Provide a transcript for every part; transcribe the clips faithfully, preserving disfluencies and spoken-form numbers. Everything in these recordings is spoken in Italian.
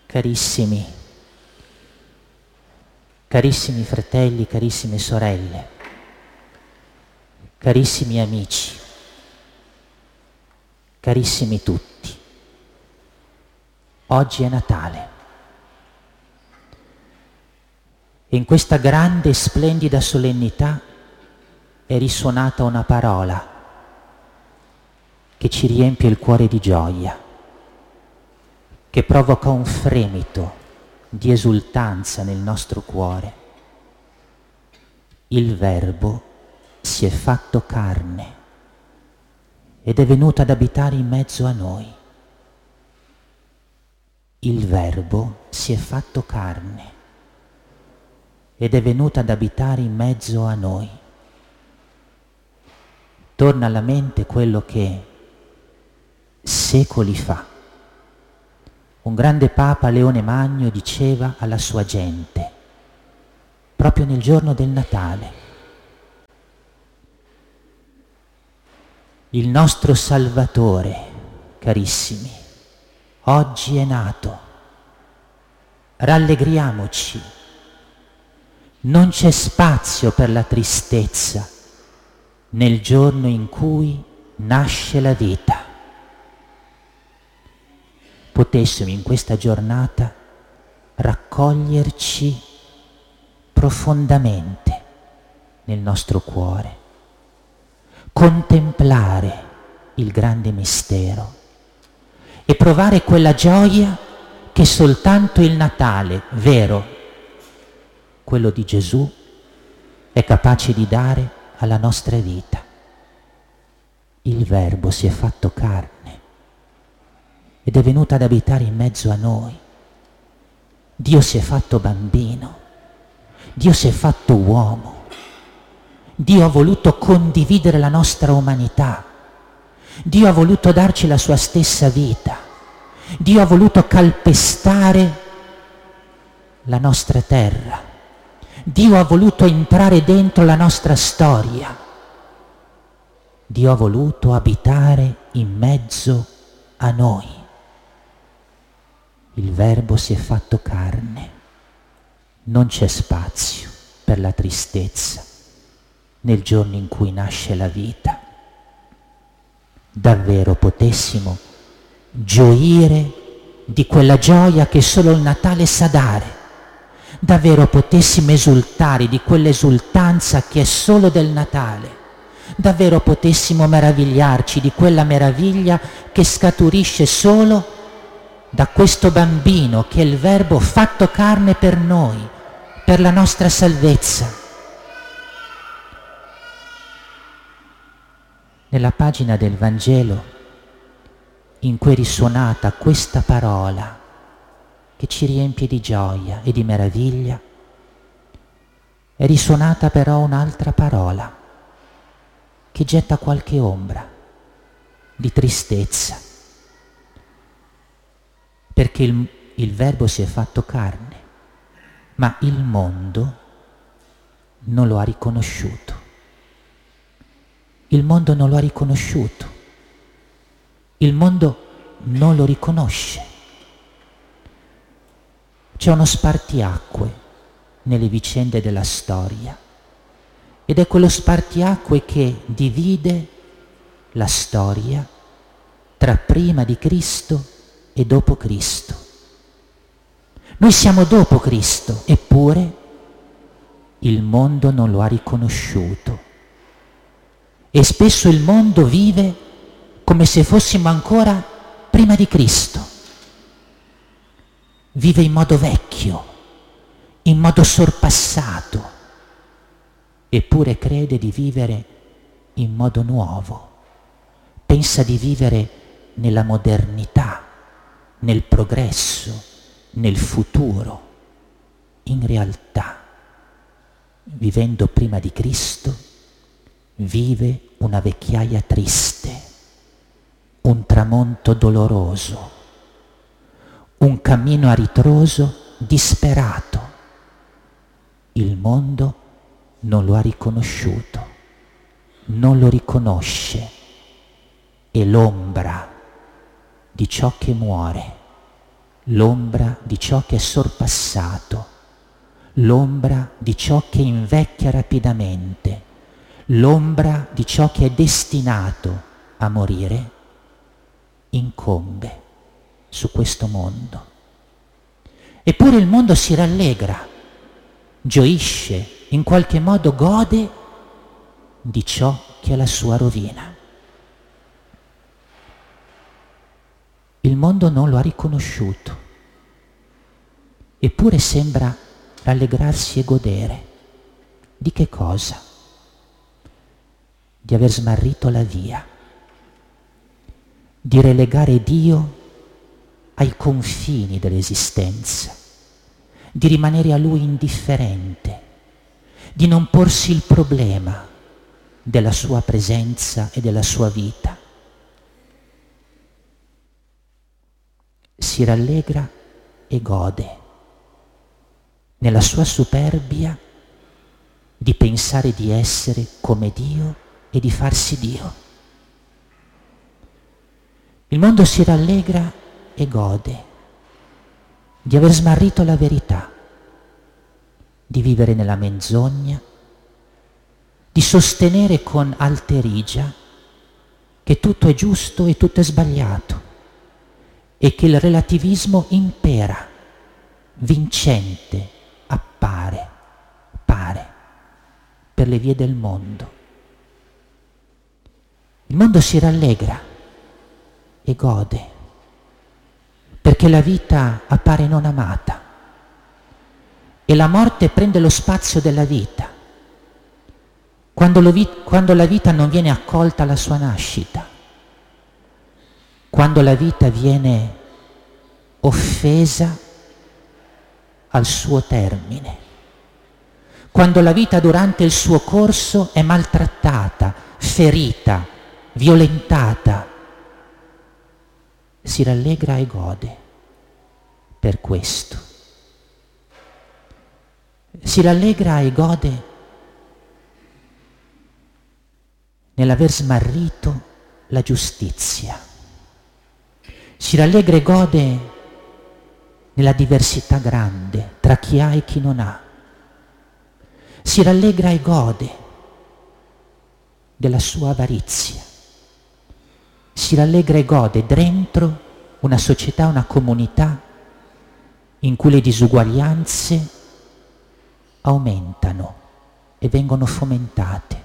Carissimi, carissimi fratelli, carissime sorelle, carissimi amici, carissimi tutti, oggi è Natale e in questa grande e splendida solennità è risuonata una parola che ci riempie il cuore di gioia, che provoca un fremito di esultanza nel nostro cuore. Il Verbo si è fatto carne ed è venuto ad abitare in mezzo a noi. Il Verbo si è fatto carne ed è venuto ad abitare in mezzo a noi. Torna alla mente quello che secoli fa un grande Papa, Leone Magno, diceva alla sua gente, proprio nel giorno del Natale: il nostro Salvatore, carissimi, oggi è nato. Rallegriamoci. Non c'è spazio per la tristezza nel giorno in cui nasce la vita. Potessimo in questa giornata raccoglierci profondamente nel nostro cuore, contemplare il grande mistero e provare quella gioia che soltanto il Natale vero, quello di Gesù, è capace di dare alla nostra vita. Il Verbo si è fatto carne ed è venuto ad abitare in mezzo a noi. Dio si è fatto bambino, Dio si è fatto uomo, Dio ha voluto condividere la nostra umanità, Dio ha voluto darci la sua stessa vita, Dio ha voluto calpestare la nostra terra, Dio ha voluto entrare dentro la nostra storia, Dio ha voluto abitare in mezzo a noi. Il Verbo si è fatto carne, non c'è spazio per la tristezza nel giorno in cui nasce la vita. Davvero potessimo gioire di quella gioia che solo il Natale sa dare, davvero potessimo esultare di quell'esultanza che è solo del Natale, davvero potessimo meravigliarci di quella meraviglia che scaturisce solo da questo bambino che è il Verbo fatto carne per noi, per la nostra salvezza. Nella pagina del Vangelo in cui è risuonata questa parola che ci riempie di gioia e di meraviglia, è risuonata però un'altra parola che getta qualche ombra di tristezza, perché il, il Verbo si è fatto carne, ma il mondo non lo ha riconosciuto. Il mondo non lo ha riconosciuto. Il mondo non lo riconosce. C'è uno spartiacque nelle vicende della storia, ed è quello spartiacque che divide la storia tra prima di Cristo e dopo Cristo. Noi siamo dopo Cristo, eppure il mondo non lo ha riconosciuto. E spesso il mondo vive come se fossimo ancora prima di Cristo. Vive in modo vecchio, in modo sorpassato, eppure crede di vivere in modo nuovo. Pensa di vivere nella modernità, nel progresso, nel futuro. In realtà, vivendo prima di Cristo, vive una vecchiaia triste, un tramonto doloroso, un cammino a ritroso disperato. Il mondo non lo ha riconosciuto, non lo riconosce, e l'ombra di ciò che muore l'ombra di ciò che è sorpassato, l'ombra di ciò che invecchia rapidamente, l'ombra di ciò che è destinato a morire, incombe su questo mondo. Eppure il mondo si rallegra, gioisce, in qualche modo gode di ciò che è la sua rovina. Il mondo non lo ha riconosciuto, eppure sembra rallegrarsi e godere. Di che cosa? Di aver smarrito la via, di relegare Dio ai confini dell'esistenza, di rimanere a Lui indifferente, di non porsi il problema della sua presenza e della sua vita. Si rallegra e gode nella sua superbia di pensare di essere come Dio e di farsi Dio. Il mondo si rallegra e gode di aver smarrito la verità, di vivere nella menzogna, di sostenere con alterigia che tutto è giusto e tutto è sbagliato e che il relativismo impera, vincente, appare, pare, per le vie del mondo. Il mondo si rallegra e gode, perché la vita appare non amata e la morte prende lo spazio della vita. Quando, lo vi- quando la vita non viene accolta alla sua nascita, quando la vita viene offesa al suo termine, quando la vita durante il suo corso è maltrattata, ferita, violentata, si rallegra e gode per questo. Si rallegra e gode nell'aver smarrito la giustizia. Si rallegra e gode nella diversità grande tra chi ha e chi non ha. Si rallegra e gode della sua avarizia. Si rallegra e gode dentro una società, una comunità in cui le disuguaglianze aumentano e vengono fomentate.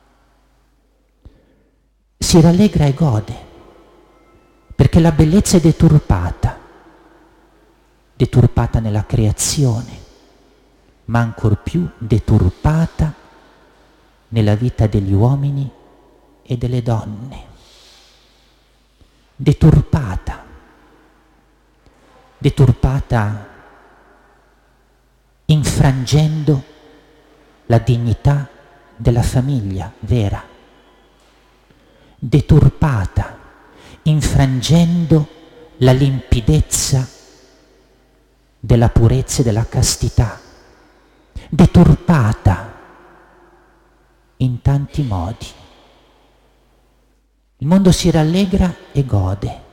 Si rallegra e gode perché la bellezza è deturpata, deturpata nella creazione, ma ancor più deturpata nella vita degli uomini e delle donne. Deturpata, deturpata infrangendo la dignità della famiglia vera, deturpata infrangendo la limpidezza della purezza e della castità, deturpata in tanti modi. Il mondo si rallegra e gode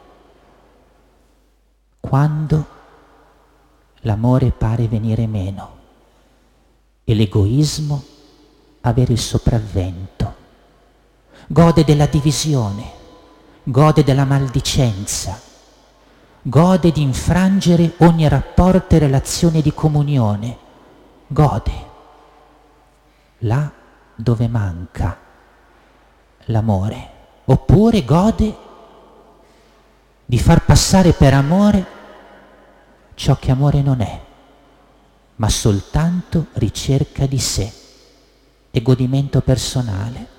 quando l'amore pare venire meno e l'egoismo avere il sopravvento. Gode della divisione, gode della maldicenza, gode di infrangere ogni rapporto e relazione di comunione, gode là dove manca l'amore, oppure gode di far passare per amore ciò che amore non è, ma soltanto ricerca di sé e godimento personale.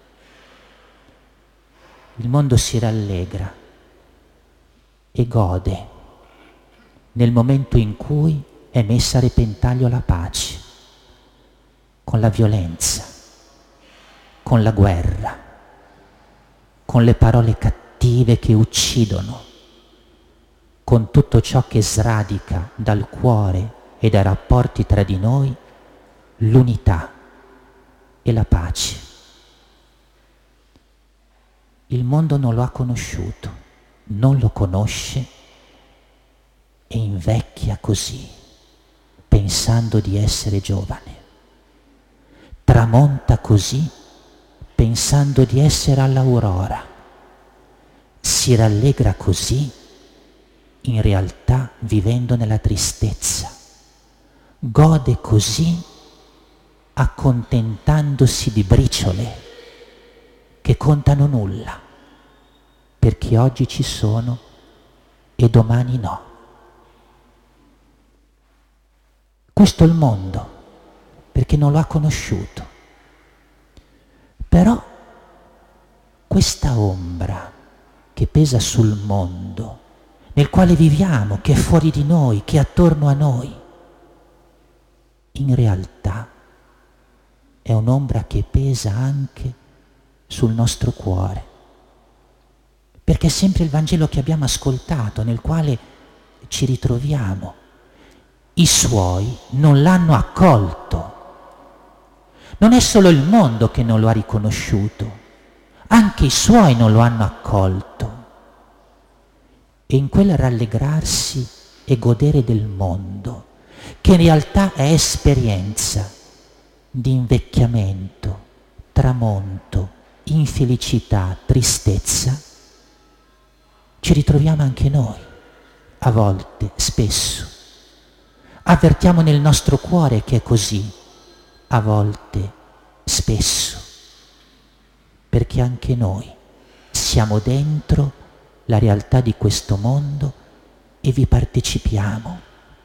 Il mondo si rallegra e gode nel momento in cui è messa a repentaglio la pace, con la violenza, con la guerra, con le parole cattive che uccidono, con tutto ciò che sradica dal cuore e dai rapporti tra di noi l'unità e la pace. Il mondo non lo ha conosciuto, non lo conosce e invecchia così, pensando di essere giovane. Tramonta così, pensando di essere all'aurora. Si rallegra così, in realtà vivendo nella tristezza. Gode così, accontentandosi di briciole che contano nulla, perché oggi ci sono e domani no. Questo è il mondo, perché non lo ha conosciuto. Però questa ombra che pesa sul mondo, nel quale viviamo, che è fuori di noi, che è attorno a noi, in realtà è un'ombra che pesa anche sul nostro cuore, perché è sempre il Vangelo che abbiamo ascoltato, nel quale ci ritroviamo. I suoi non l'hanno accolto. Non è solo il mondo che non lo ha riconosciuto, anche i suoi non lo hanno accolto. E in quel rallegrarsi e godere del mondo, che in realtà è esperienza di invecchiamento, tramonto, infelicità, tristezza, ci ritroviamo anche noi, a volte, spesso. Avvertiamo nel nostro cuore che è così, a volte, spesso, perché anche noi siamo dentro la realtà di questo mondo e vi partecipiamo.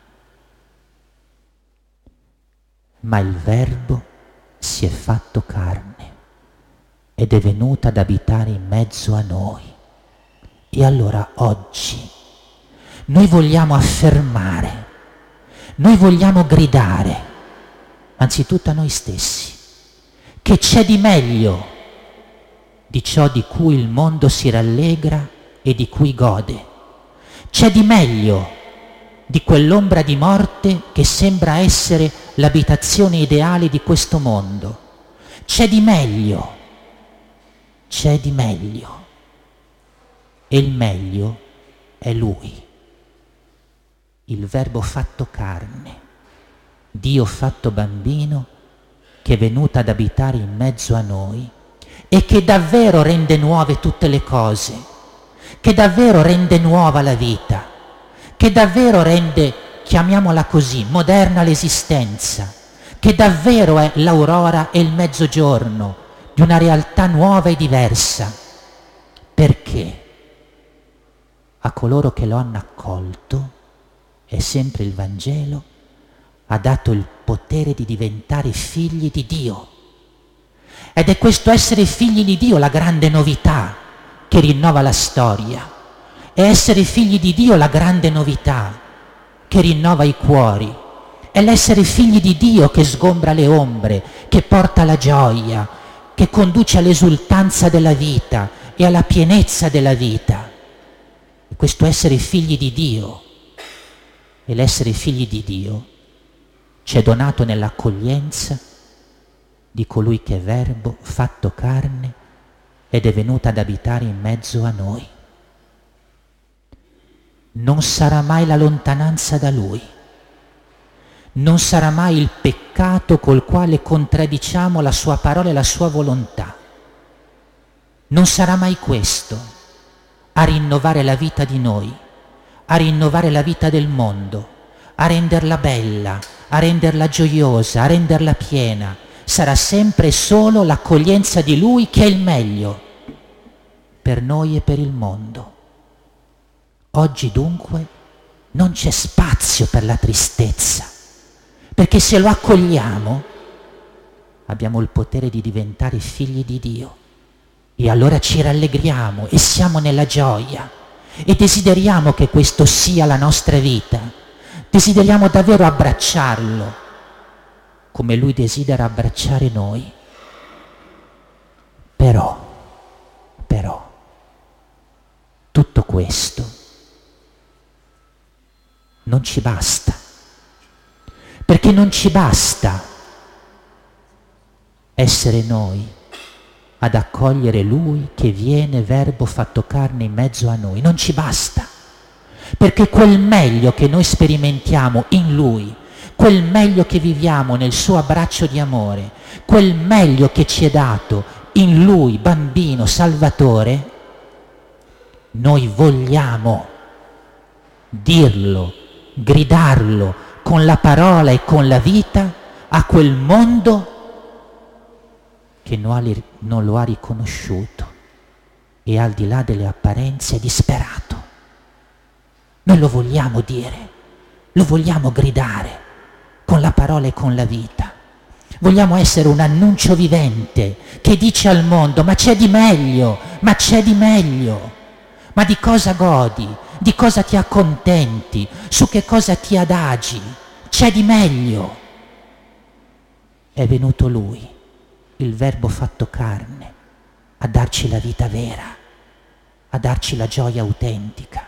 Ma il Verbo si è fatto carne ed è venuto ad abitare in mezzo a noi. E allora oggi noi vogliamo affermare, noi vogliamo gridare, anzitutto a noi stessi, che c'è di meglio di ciò di cui il mondo si rallegra e di cui gode. C'è di meglio di quell'ombra di morte che sembra essere l'abitazione ideale di questo mondo. C'è di meglio, c'è di meglio. E il meglio è Lui, il Verbo fatto carne, Dio fatto bambino, che è venuto ad abitare in mezzo a noi e che davvero rende nuove tutte le cose, che davvero rende nuova la vita, che davvero rende, chiamiamola così, moderna l'esistenza, che davvero è l'aurora e il mezzogiorno di una realtà nuova e diversa. Perché a coloro che lo hanno accolto, è sempre il Vangelo, ha dato il potere di diventare figli di Dio. Ed è questo essere figli di Dio la grande novità che rinnova la storia. È essere figli di Dio la grande novità che rinnova i cuori. È l'essere figli di Dio che sgombra le ombre, che porta la gioia, che conduce all'esultanza della vita e alla pienezza della vita. E questo essere figli di Dio e l'essere figli di Dio ci è donato nell'accoglienza di colui che è Verbo fatto carne ed è venuto ad abitare in mezzo a noi. Non sarà mai la lontananza da Lui, non sarà mai il peccato col quale contraddiciamo la Sua parola e la Sua volontà. Non sarà mai questo a rinnovare la vita di noi, a rinnovare la vita del mondo, a renderla bella, a renderla gioiosa, a renderla piena. Sarà sempre e solo l'accoglienza di Lui che è il meglio per noi e per il mondo. Oggi dunque non c'è spazio per la tristezza, perché se lo accogliamo abbiamo il potere di diventare figli di Dio e allora ci rallegriamo e siamo nella gioia e desideriamo che questo sia la nostra vita, desideriamo davvero abbracciarlo come Lui desidera abbracciare noi. Però, però, tutto questo non ci basta, perché non ci basta essere noi ad accogliere Lui che viene Verbo fatto carne in mezzo a noi, non ci basta, perché quel meglio che noi sperimentiamo in Lui, quel meglio che viviamo nel suo abbraccio di amore, quel meglio che ci è dato in Lui, bambino, Salvatore, noi vogliamo dirlo, gridarlo con la parola e con la vita a quel mondo che non lo ha riconosciuto e al di là delle apparenze è disperato. Noi lo vogliamo dire, lo vogliamo gridare con la parola e con la vita. Vogliamo essere un annuncio vivente che dice al mondo: ma c'è di meglio, ma c'è di meglio. Ma di cosa godi? Di cosa ti accontenti? Su che cosa ti adagi? C'è di meglio. È venuto Lui, il Verbo fatto carne, a darci la vita vera, a darci la gioia autentica.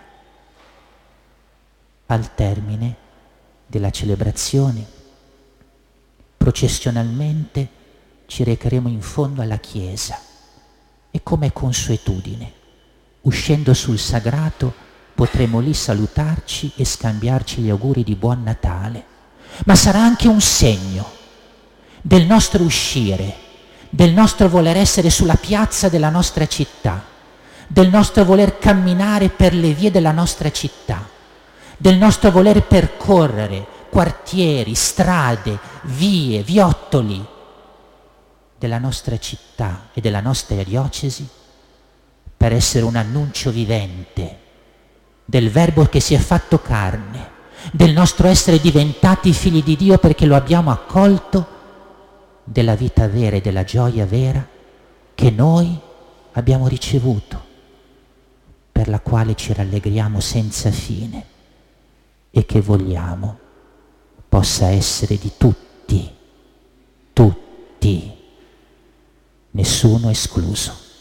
Al termine della celebrazione, processionalmente ci recheremo in fondo alla chiesa e, come è consuetudine, uscendo sul sagrato potremo lì salutarci e scambiarci gli auguri di Buon Natale, ma sarà anche un segno del nostro uscire, del nostro voler essere sulla piazza della nostra città, del nostro voler camminare per le vie della nostra città, del nostro voler percorrere quartieri, strade, vie, viottoli della nostra città e della nostra diocesi, per essere un annuncio vivente del Verbo che si è fatto carne, del nostro essere diventati figli di Dio perché lo abbiamo accolto, della vita vera e della gioia vera che noi abbiamo ricevuto, per la quale ci rallegriamo senza fine e che vogliamo possa essere di tutti, tutti, nessuno escluso.